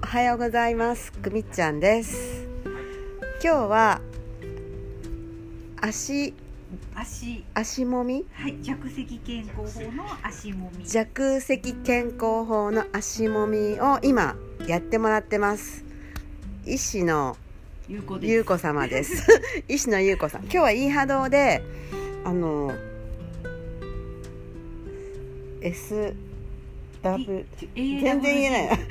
はようございます。くみっちゃんです。今日は足もみ、 弱脊健康法の足もみ、 弱脊健康法の足もみを今やってもらってます。医師のゆうこ様です医師のゆうこさん、今日はいい波動で全然言えないな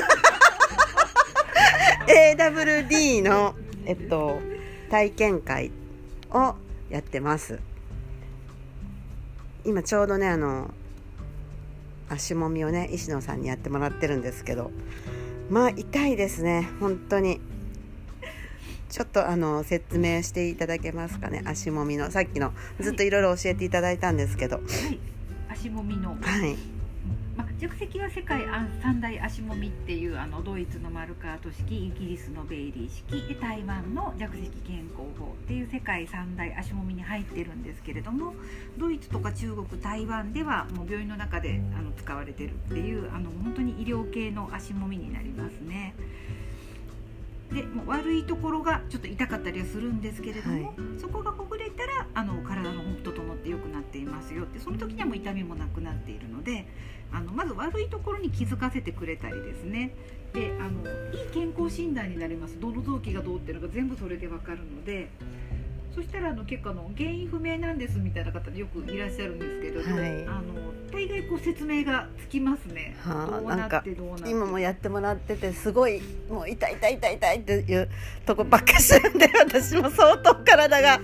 AWD の、体験会をやってます。今ちょうどね足もみをね石野さんにやってもらってるんですけど、まあ痛いですね本当に。ちょっと説明していただけますかね。足もみのさっきのずっといろいろ教えていただいたんですけど、 足もみの弱脊は世界三大足もみっていうドイツのマルカート式、イギリスのベイリー式、台湾の弱脊健康法っていう世界三大足もみに入ってるんですけれども、ドイツとか中国、台湾ではもう病院の中で使われてるっていう本当に医療系の足もみになりますね。でもう悪いところがちょっと痛かったりはするんですけれども、そこがほぐれたら体の整って良くなっていますよって、その時にはもう痛みもなくなっているので、まず悪いところに気づかせてくれたりですね。でいい健康診断になります。どの臓器がどうっていうのが全部それで分かるので、そしたら結構原因不明なんですみたいな方よくいらっしゃるんですけど、大概説明がつきますね。どうなってどうなって今もやってもらっててすごいもう痛いっていうとこばっかりしてるんで、私も相当体が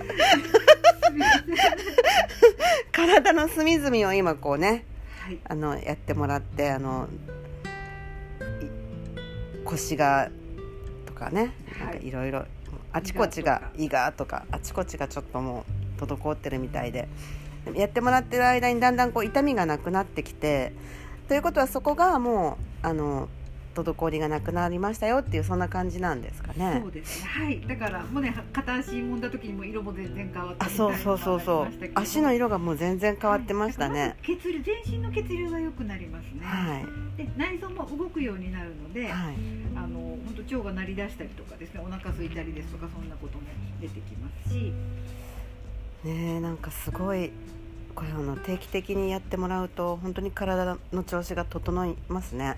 体の隅々を今こうね、やってもらって、腰がとかね、いろいろあちこちが胃がとかあちこちがちょっともう滞ってるみたいで、やってもらってる間にだんだんこう痛みがなくなってきて、ということはそこがもう滞りがなくなりましたよっていう、そんな感じなんですかね。 そうですね、だからもうね、片足揉んだ時にも色も全然変わってみたいなそう足の色がもう全然変わってましたね。 全身の血流が良くなりますね。で内臓も動くようになるので、本当腸が鳴り出したりとかですね、お腹空いたりですとか、そんなことも出てきますしね。なんかすごいこれ定期的にやってもらうと本当に体の調子が整いますね。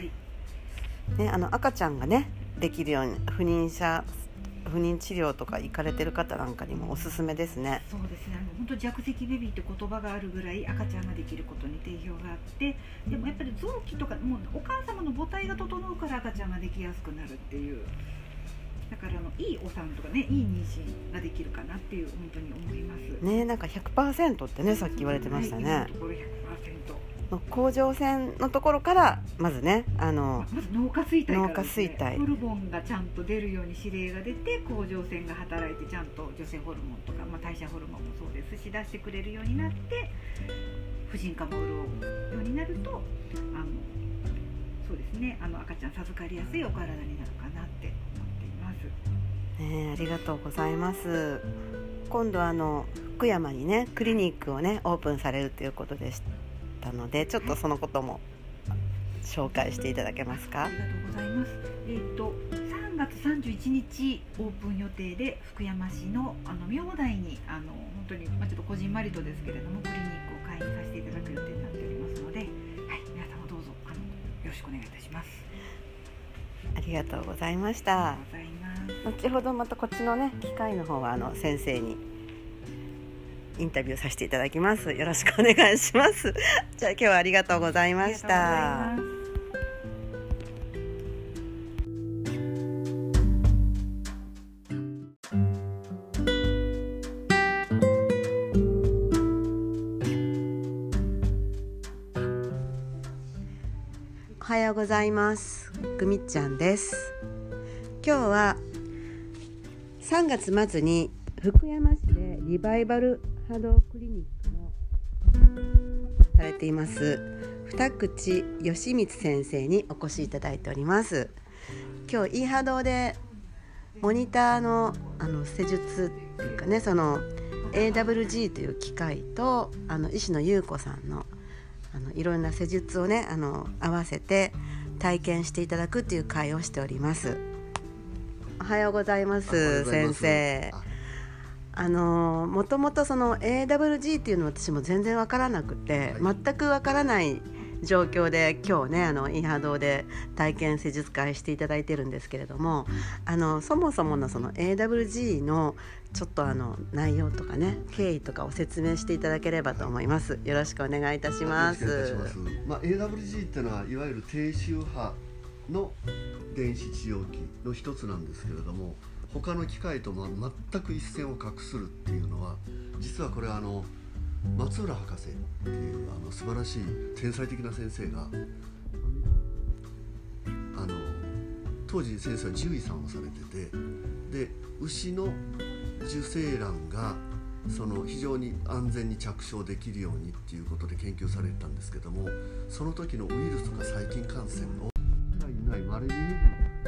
赤ちゃんがねできるように不妊治療とか行かれてる方なんかにもおすすめですね。 そうですね、本当弱脊ベビーって言葉があるぐらい赤ちゃんができることに定評があって、でもやっぱり臓器とかもうお母様の母体が整うから赤ちゃんができやすくなるっていう、だからいいお産とかね、いい妊娠ができるかなっていう、本当に思いますね。 なんか 100% ってねさっき言われてましたね。 今のところ 100% 甲状腺のところからまずねまず脳下垂体からですね、 ホルモンがちゃんと出るように指令が出て、甲状腺が働いてちゃんと女性ホルモンとか、代謝ホルモンもそうですし出してくれるようになって、婦人科も潤うようになるとそうですね、赤ちゃん授かりやすいお体になるかなって思っています。 ありがとうございます。今度福山にねクリニックをねオープンされるということでしたので、ちょっとそのことも紹介していただけますか。 ありがとうございます。3月31日オープン予定で、福山市の明台に本当にちょっとこじんまりとですけれどもクリニックを開院させていただく予定になっておりますので、皆様どうぞよろしくお願いいたします。 ありがとうございました。後ほどまたこっちのね機械の方は先生にインタビューさせていただきます。よろしくお願いしますじゃあ今日はありがとうございました。おはようございます。くみっちゃんです。今日は3月末に福山市でリバイバル波動クリニックのされています二口義光先生にお越しいただいております。今日いい波動でモニターの施術っていうかね、その AWG という機械と医師の優子さんのいろんな施術をね合わせて体験していただくっていう会をしております。おはようございます、先生。もともとその AWG っていうのは私も全然わからなくて、全くわからない状況で今日ねイーハドで体験施術会していただいてるんですけれども、そもそものその AWG のちょっと内容とかね経緯とかを説明していただければと思います。よろしくお願いいたします。 AWG っていうのはいわゆる低周波の電子治療器の一つなんですけれども、他の機械と全く一線を画するっていうのは、実はこれ松浦博士っていう素晴らしい天才的な先生が当時先生は獣医さんをされてて、で牛の受精卵が非常に安全に着床できるようにっていうことで研究されてたんですけども、その時のウイルスとか細菌感染をいない稀に見る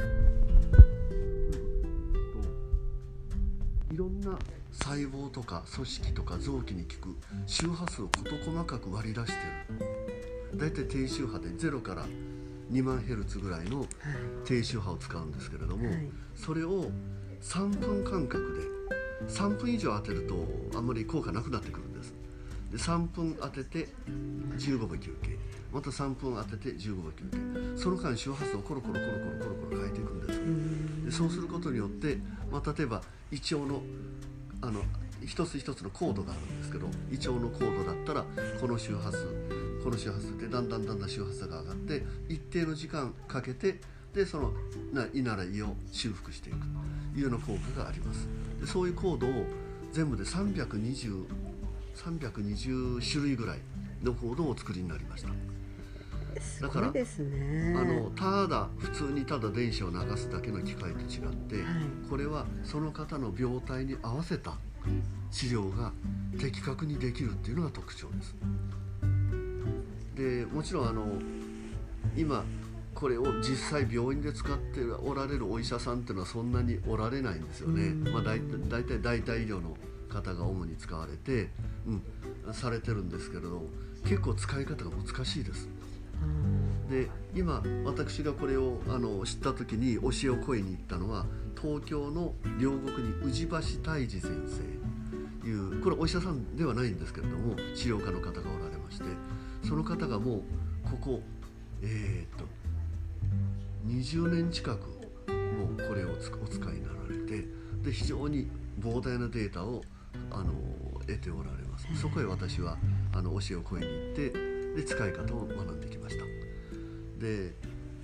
いろんな細胞とか組織とか臓器に効く周波数を事細かく割り出してる。だいたい低周波で0から2万ヘルツぐらいの低周波を使うんですけれども、それを3分間隔で3分以上当てるとあんまり効果なくなってくるんです。で3分当てて15秒休憩、また3分当てて15秒休憩、その間周波数をコロコロコロコロコロコロ変えていくんです。でそうすることによって、例えば胃腸の一つ一つのコードがあるんですけど、胃腸のコードだったらこの周波数でだんだん周波数が上がって一定の時間かけて、で胃なら胃を修復していくというような効果があります。でそういうコードを全部で320種類ぐらいのコードをお作りになりました。 すごいですね。 普通にただ電子を流すだけの機械と違って、これはその方の病態に合わせた治療が的確にできるっていうのが特徴です。でもちろん今これを実際病院で使っておられるお医者さんっていうのはそんなにおられないんですよね。だいたい代替医療の方が主に使われて、されてるんですけれど、結構使い方が難しいです。で今私がこれを知った時に教えを請いに行ったのは、東京の両国に宇治橋泰治先生いう、これお医者さんではないんですけれども治療家の方がおられまして、その方がもうここ20年近くもうこれをお使いになられて、で非常に膨大なデータを得ておられます。そこへ私は教えを請いに行って、で使い方を学んできました。で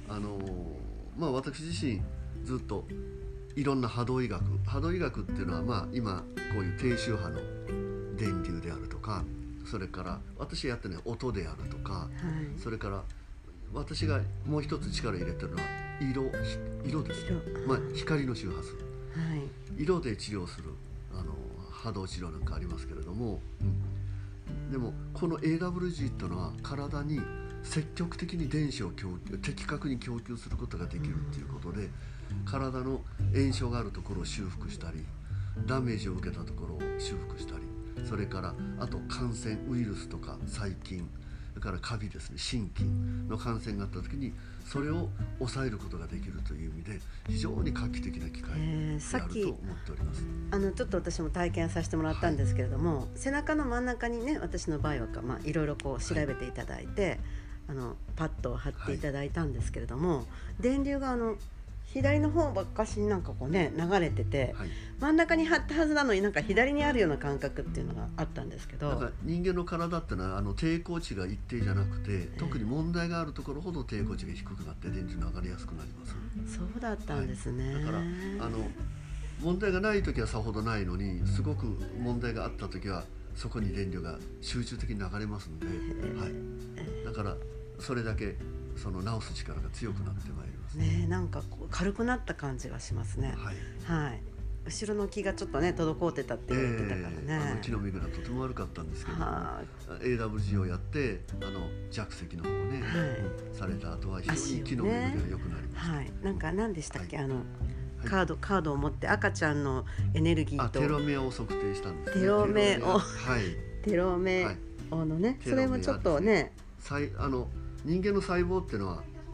私自身ずっといろんな波動医学っていうのは、今こういう低周波の電流であるとか、それから私やってるのは音であるとか、それから私がもう一つ力入れてるのは色です。光の周波数、色で治療する波動治療なんかありますけれども、でもこの AWG っていうのは体に積極的に電子を的確に供給することができるっていうことで、体の炎症があるところを修復したり、ダメージを受けたところを修復したり、それからあと感染ウイルスとか細菌、それからカビですね、真菌の感染があった時にそれを抑えることができるという意味で非常に画期的な機械であると思っております。 ちょっと私も体験させてもらったんですけれども、背中の真ん中にね、私の場合はいろいろ調べていただいて、パッドを貼っていただいたんですけれども、電流が左の方ばっかしに流れてて、真ん中に貼ったはずなのに左にあるような感覚っていうのがあったんですけど、 人間の体ってのは抵抗値が一定じゃなくて、特に問題があるところほど抵抗値が低くなって電流が流れやすくなります。 そうだったんですね。 だから問題がない時はさほどないのに、すごく問題があった時はそこに電流が集中的に流れますので、だからそれだけ治す力が強くなってまいりますね。 軽くなった感じがしますね。後ろの気がちょっとね滞ってたって言われてたからね、 気の巡りがとても悪かったんですけど、AWG をやって弱石の方をね、された後は非常に気の巡りが良くなりました。 何でしたっけ、カードを持って赤ちゃんのエネルギーとテロメアを測定したんですね。 テロメオのね、それもちょっとね、 人間の細胞っていうのは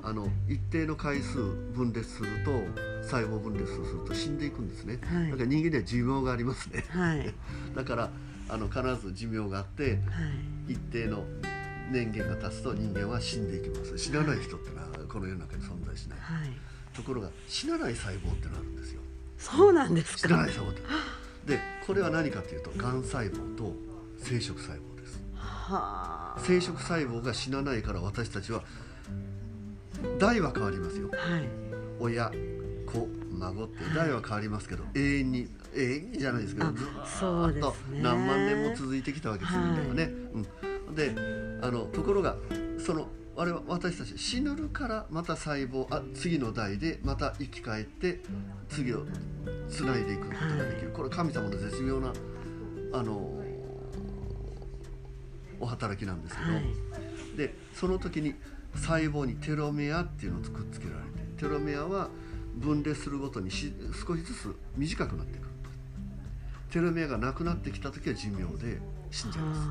一定の回数分裂すると細胞分裂すると死んでいくんですね、 はい、 だから人間には寿命がありますね、 はい、 だから必ず寿命があって、はい、一定の年限が経つと人間は死んでいきます。死なない人ってのはこの世の中に存在しない、はい、ところが死なない細胞ってのがあるんですよ。 そうなんですか。 死なない細胞ってでこれは何かというとがん細胞と生殖細胞です。はあ、生殖細胞が死なないから私たちは代は変わりますよ、はい、親子孫って代は変わりますけど、はい、永遠にじゃないですけどずっと何万年も続いてきたわけですよね、はい、うん、でところが私たち死ぬるからまた細胞次の代でまた生き返って次をつないでいくことができる、はい、これ神様の絶妙なお働きなんですけど、はい、でその時に細胞にテロメアっていうのをくっつけられて、テロメアは分裂するごとに少しずつ短くなってくる。テロメアがなくなってきた時は寿命で死んじゃいます。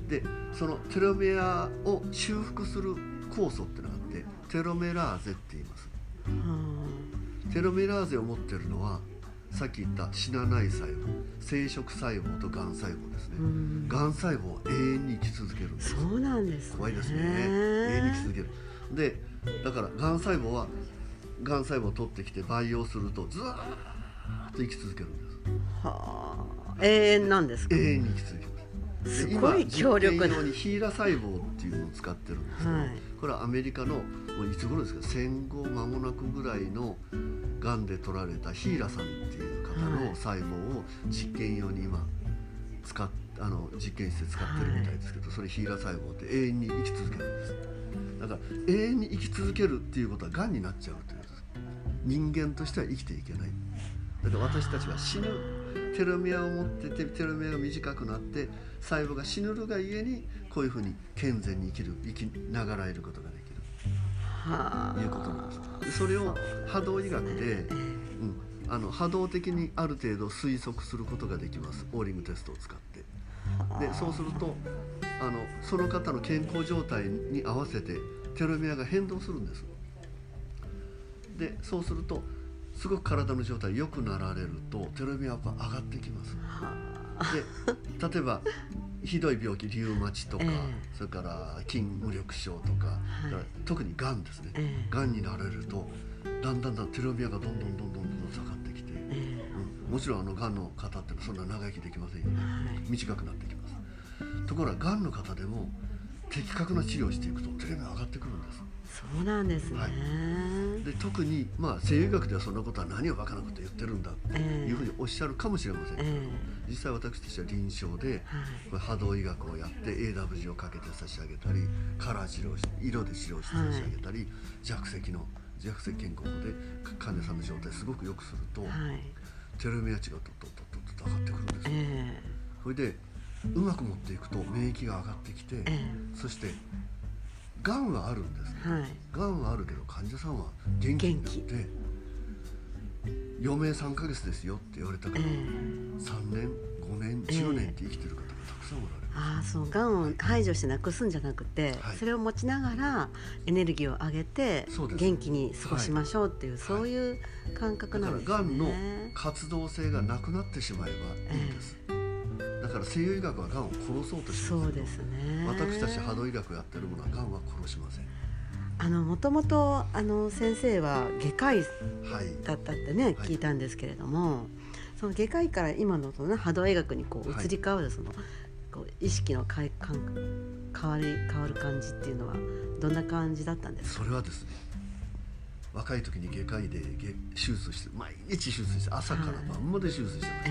でそのテロメアを修復する酵素ってのがあってテロメラーゼって言います。テロメラーゼを持ってるのはさっき言った死なない細胞、生殖細胞とがん細胞ですね。がん細胞は永遠に生き続けるんです。 そうなんですね。 怖いですね。永遠に生き続ける。でだからがん細胞はがん細胞を取ってきて培養するとずーっと生き続けるんです。はあ、永遠なんですか。 永遠に生き続ける。 すごい強力な。 今実験用にヒーラ細胞っていうのを使ってるんですけど、はい、これはアメリカのもういつ頃ですか、戦後間もなくぐらいのがんで取られたヒーラさんっていう方の細胞を実験用に今実験室で使ってるみたいですけど、それヒーラ細胞って永遠に生き続けるんです。だから永遠に生き続けるっていうことはがんになっちゃうということです。人間としては生きていけない。だから私たちは死ぬテロメアを持っててテロメアが短くなって細胞が死ぬるがゆえにこういうふうに健全に生きながらえることができるということなんです。それを波動医学で、波動的にある程度推測することができます。オーリングテストを使って。でそうするとその方の健康状態に合わせてテロメアが変動するんです。でそうするとすごく体の状態良くなられるとテロメアは上がってきます。で例えばひどい病気リウマチとか、それから筋無力症とか、特にがんですね、がんになられるとだんだんテロメアがどんどん下がってきて、もちろんがんの方ってそんな長生きできませんよね、短くなってきます。ところががんの方でも的確な治療をしていくとテロメア上がってくるんです。 そうなんですね、 で特に西洋医学ではそんなことは何をバカなこと言ってるんだっていうふうにおっしゃるかもしれませんけど、実際私たちは臨床でこれ波動医学をやって AWG をかけて差し上げたりカラー治療色で治療して差し上げたり、弱赤健康法で患者さんの状態すごく良くすると、テロメア値がどっと上がってくるんですよ。それでうまく持っていくと免疫が上がってきて、そしてがんはあるんです、がんはあるけど患者さんは元気になって余命3ヶ月ですよって言われたから、3年5年10年って生きてる方がたくさんおられます。 そうがんを排除してなくすんじゃなくて、それを持ちながらエネルギーを上げて元気に過ごしましょうっていう、そういう感覚なんですね。 だからがんの活動性がなくなってしまえばいいんです、だから西洋医学はがんを殺そうとします。 そうですね。 私たち波動医学をやってるものはがんは殺しません。 もともと先生は外科医だったってね、聞いたんですけれども、その外科医から今のその波動医学に移り変わる意識の変わる感じっていうのはどんな感じだったんですか？ それはですね、若い時に外科医で手術して毎日手術して朝から晩まで手術してました、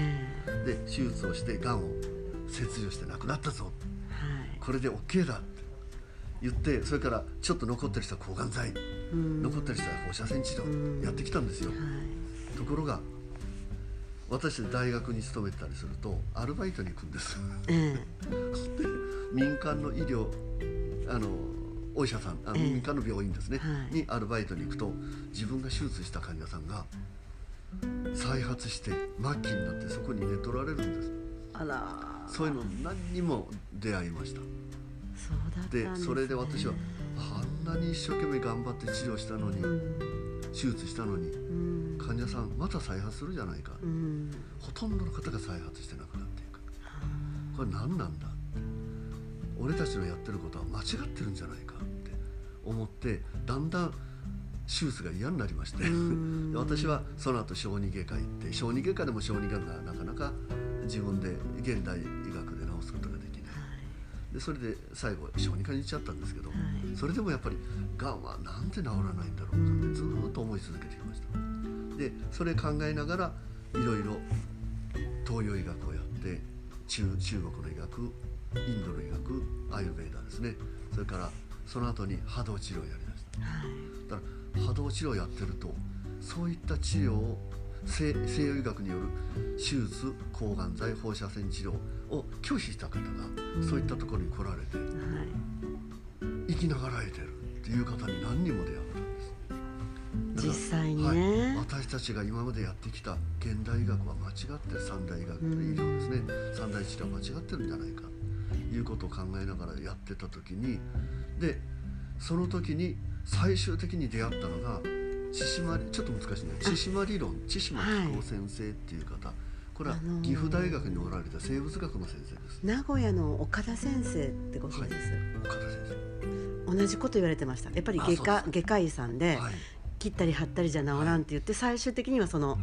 で手術をしてがんを切除して亡くなったぞ、これで OK だって言って、それからちょっと残ってる人は抗がん剤、残ってる人は放射線治療やってきたんですよ、ところが私大学に勤めてたりするとアルバイトに行くんです、で民間の医療お医者さん民間の病院ですね、にアルバイトに行くと自分が手術した患者さんが再発して末期になってそこに寝取られるんです。そういうの何にも出会いました。 そうだったんですね。 でそれで私はあんんなに一生懸命頑張って治療したのに、手術したのに、患者さんまた再発するじゃないか、ほとんどの方が再発して亡くなっていく。これ何なんだって、俺たちのやってることは間違ってるんじゃないかって思って、だんだん手術が嫌になりまして私はその後小児外科行って、小児外科でも小児がんがなかなか自分で現代医学で治すことができない。でそれで最後小児科に行っちゃったんですけど、それでもやっぱりがんはなんで治らないんだろうかってずっと思い続けてきました。でそれ考えながらいろいろ東洋医学をやって、中国の医学、インドの医学、アーユルヴェーダですね、それからその後に波動治療をやりました。だから波動治療をやってると、そういった治療を西洋医学による手術、抗がん剤、放射線治療を拒否した方がそういったところに来られて、生きながらえてるっていう方に何人も出会ったんです。 実際にね、 私たちが今までやってきた現代医学は間違ってる、三大医学の医療ですね、三大治療は間違ってるんじゃないかということを考えながらやってた時に、でその時に最終的に出会ったのがちょっと難しいね、千島理論、千島紀行先生っていう方、これは岐阜大学におられた生物学の先生です。 名古屋の岡田先生ってご存知です、 岡田先生。同じこと言われてました。やっぱり外科医さんで、切ったり貼ったりじゃ治らんって言って、最終的にはその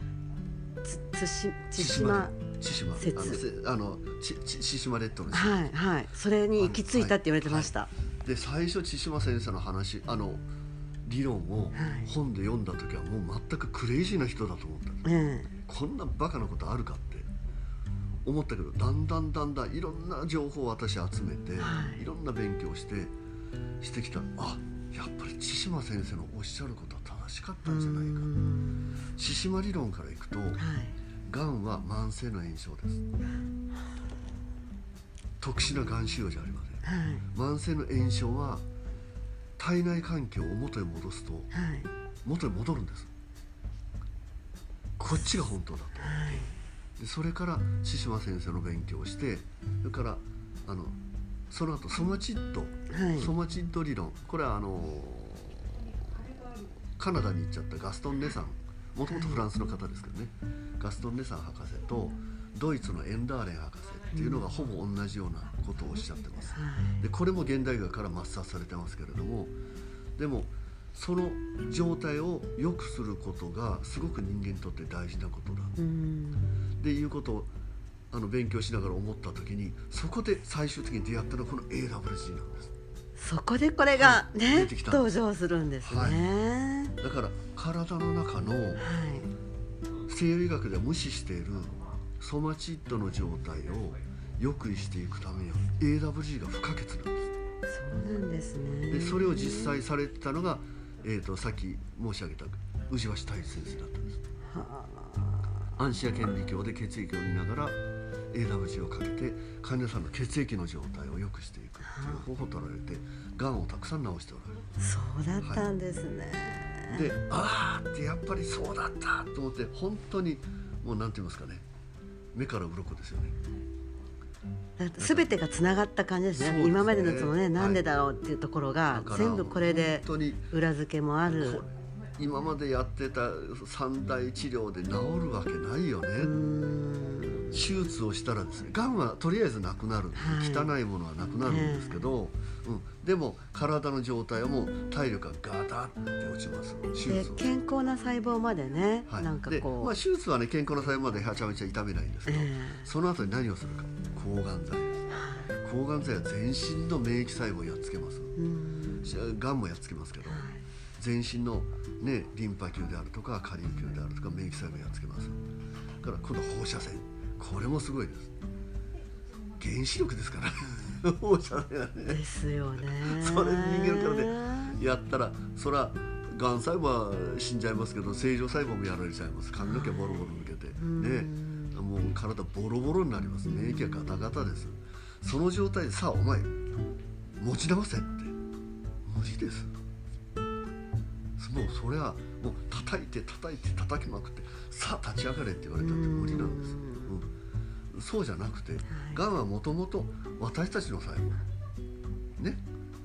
千島説、 千島列島の、 それに行き着いたって言われてました。 で最初千島先生の話、理論を本で読んだ時はもう全くクレイジーな人だと思ったんです、こんなバカなことあるかって思ったけど、だんだんいろんな情報を私集めて、いろんな勉強してきたら、やっぱり千島先生のおっしゃることは正しかったんじゃないか。千島理論からいくと、がんは慢性の炎症です。特殊ながん腫瘍じゃありません。慢性の炎症は体内環境を元に戻すと、元に戻るんです。こっちが本当だと。でそれから千島先生の勉強をして、それからその後ソマチッド理論、これはカナダに行っちゃったガストン・ネサン、もともとフランスの方ですけどね、ガストン・ネサン博士とドイツのエンダーレン博士っていうのがほぼ同じようなことをおっしゃってます。でこれも現代医学から抹殺されてますけれども、でもその状態を良くすることがすごく人間にとって大事なことだっていうことを勉強しながら思った時に、そこで最終的に出会ったのはこの AWG なんです。 そこでこれがね、登場するんですね、 だから体の中の西洋医学では無視しているソマチッドの状態を良くしていくためには AWG が不可欠なんです。 そうなんですね。 でそれを実際されてたのが、さっき申し上げた宇治橋太一先生だったんです。アンシア顕微鏡で血液を見ながら AWG をかけて患者さんの血液の状態を良くしていくという方法を取られて、がんをたくさん治しておられる。 そうだったんですね、 でってやっぱりそうだったと思って、本当にもうなんて言いますかね、目から鱗ですよね。 全てがつながった感じですね。今までのそのね、なんでだろうっていうところが全部これで裏付けもある。 今までやってた三大治療で治るわけないよね。手術をしたらですね、がんはとりあえずなくなる、汚いものはなくなるんですけど、でも体の状態はもう体力がガタって落ちます。手術を健康な細胞までね、なんかこう、 手術はね、健康な細胞まではちゃめちゃ痛めないんですけど、その後に何をするか、抗がん剤です。抗がん剤は全身の免疫細胞をやっつけます。がんもやっつけますけど、全身のね、リンパ球であるとか下流球であるとか免疫細胞をやっつけます。だから今度放射線、これもすごいです。原子力ですから放射線はね。 ですよね。 それ人間の体でやったら、そらがん細胞は死んじゃいますけど、正常細胞もやられちゃいます。髪の毛ボロボロ抜けて、もう体ボロボロになります。免疫がガタガタです。その状態でさあお前持ち直せって無理です。もうそれはもう叩きまくってさあ立ち上がれって言われたって無理なんです。そうじゃなくて、がんはもともと私たちの細胞ね、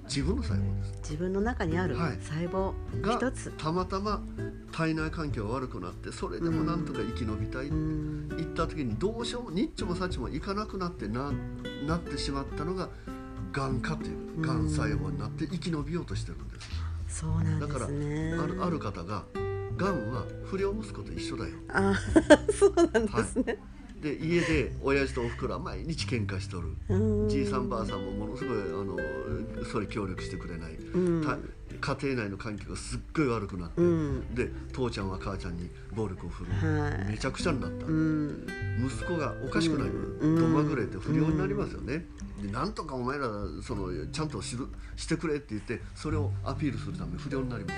自分の細胞です。 自分の中にある細胞一つ、 たまたま体内環境が悪くなって、それでもなんとか生き延びたいって言った時に、どうしようもニッチもサチもいかなくなってなってしまったのががん化というがん細胞になって生き延びようとしてるんです。 そうなんですね。 だからある方が、がんは不良息子と一緒だよ。 そうなんですね。 で家で親父とおふくろは毎日喧嘩しとる。じいさんばあさんもものすごいそれ協力してくれない。家庭内の環境がすっごい悪くなって、で父ちゃんは母ちゃんに暴力を振るう、めちゃくちゃになった。息子がおかしくなり、どまぐれて不良になりますよね。でなんとかお前らちゃんとしてくれって言って、それをアピールするために不良になります。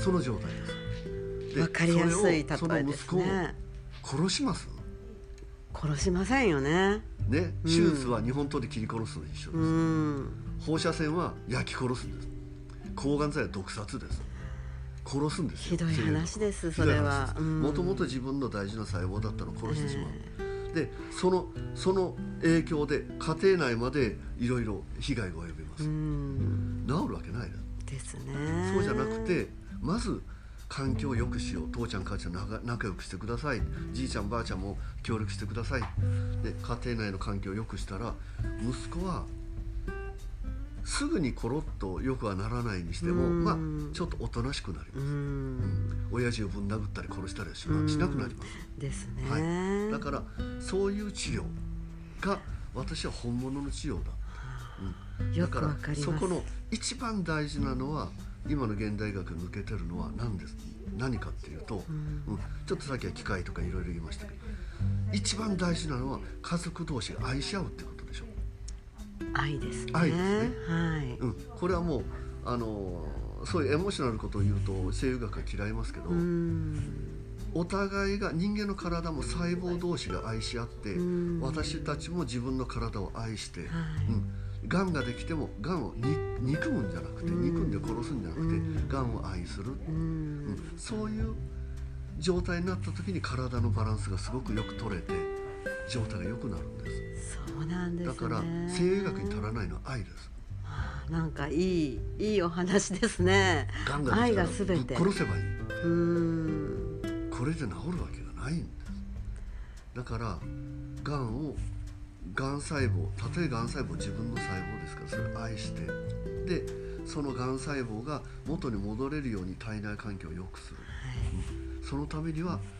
その状態です。で分かりやすい例えですね。 その息子を殺します？ 殺しませんよね。 ね、手術は日本刀で切り殺すのと一緒です。放射線は焼き殺すんです。抗がん剤は毒殺です。殺すんですよ。 ひどい話です。それはもともと自分の大事な細胞だったのを殺してしまう。でその影響で家庭内までいろいろ被害が及びます。治るわけないですね。 そうじゃなくて、まず環境を良くしよう。父ちゃん母ちゃん仲良くしてください。じいちゃんばあちゃんも協力してください。で家庭内の環境を良くしたら、息子はすぐにコロッと良くはならないにしても、ちょっとおとなしくなります。親父をぶん殴ったり殺したりはしなくなります。 ですね。 だからそういう治療が私は本物の治療だ。 よくわかります。 だからそこの一番大事なのは、今の現代医学が抜けてるのは何かっていうと、ちょっとさっきは機械とかいろいろ言いましたけど、一番大事なのは家族同士が愛し合うってことでしょ。 愛ですね。 愛ですね。 はい。 これはもうそういうエモーショナルことを言うと西洋学は嫌いますけど、お互いが、人間の体も細胞同士が愛し合って、私たちも自分の体を愛して、がんができてもがんを憎むんじゃなくて、憎んで殺すんじゃなくて、がんを愛する、そういう状態になった時に体のバランスがすごくよく取れて状態が良くなるんです。 そうなんですね。 だから西洋医学に足らないのは愛です。 なんかいいお話ですね。 がんができたらぶっ殺せばいい。これで治るわけがないんです。だからがん細胞、たとえがん細胞自分の細胞ですから、それを愛して、でそのがん細胞が元に戻れるように体内環境を良くする、そのためには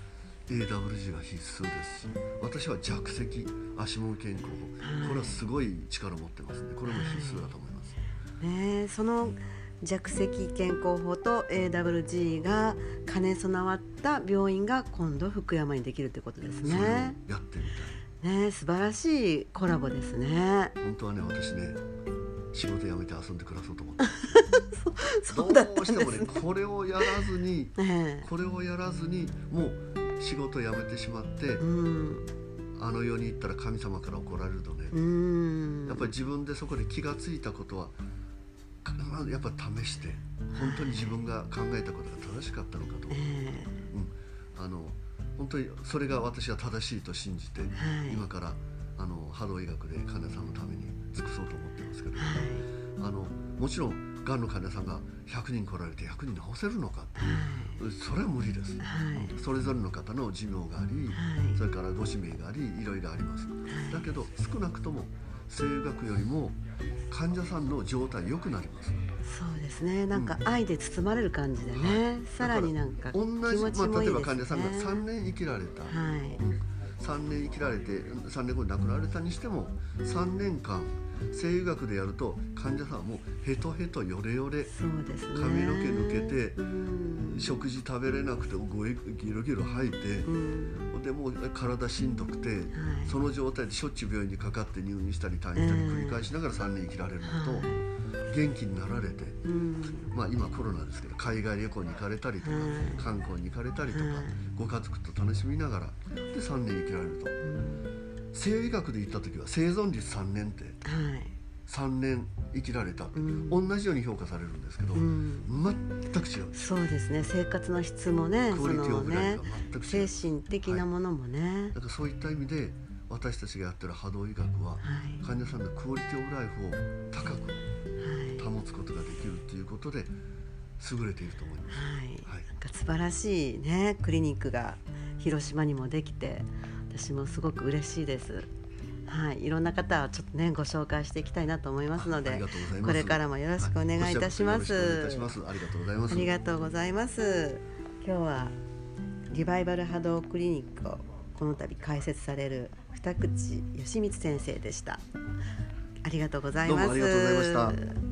AWG が必須ですし、私は弱石足もみ健康法、これはすごい力を持ってますので、これも必須だと思います。 その弱石健康法と AWG が兼ね備わった病院が今度福山にできるということですね。 それをやってみたい。 素晴らしいコラボですね。 本当はね、私ね、仕事辞めて遊んで暮らそうと思ってそうだったんですね。 どうしてもね、これをやらずにもう仕事辞めてしまって、あの世に行ったら神様から怒られるとね、やっぱり自分でそこで気がついたことはやっぱり試して、本当に自分が考えたことが正しかったのかと、本当にそれが私は正しいと信じて、今から波動医学で患者さんのために尽くそうと思ってますけど、もちろんがんの患者さんが100人来られて100人治せるのかって、それは無理です。それぞれの方の寿命があり、それからご使命があり、いろいろあります。だけど少なくとも西洋医学よりも患者さんの状態良くなります。 そうですね。なんか愛で包まれる感じでね、さらになんか気持ちもいいですね。 例えば患者さんが3年生きられた、3年生きられて3年後に亡くなられたにしても、3年間西洋医学でやると患者さんはもうヘトヘトヨレヨレ、髪の毛抜けて、食事食べれなくてギロギロ吐いて、でもう体しんどくて、その状態でしょっちゅう病院にかかって入院したり退院したり繰り返しながら3年生きられるのと、元気になられて、今コロナですけど海外旅行に行かれたりとか、観光に行かれたりとか、ご家族と楽しみながらで3年生きられると、西洋医学で言った時は生存率3年って、3年生きられたって、同じように評価されるんですけど、全く違う。 そうですね。生活の質もね、 クオリティオブライフが全く違う。 精神的なものもね、 だからそういった意味で私たちがやってる波動医学は、患者さんのクオリティオブライフを高く保つことができるということで優れていると思います。 なんか素晴らしいねクリニックが広島にもできて、私もすごく嬉しいです。いろんな方をちょっとねご紹介していきたいなと思いますので、これからもよろしくお願いいたします。 ありがとうございます。 ありがとうございます。今日はリバイバル波動クリニックをこの度開設される二口義光先生でした。ありがとうございます。 どうもありがとうございました。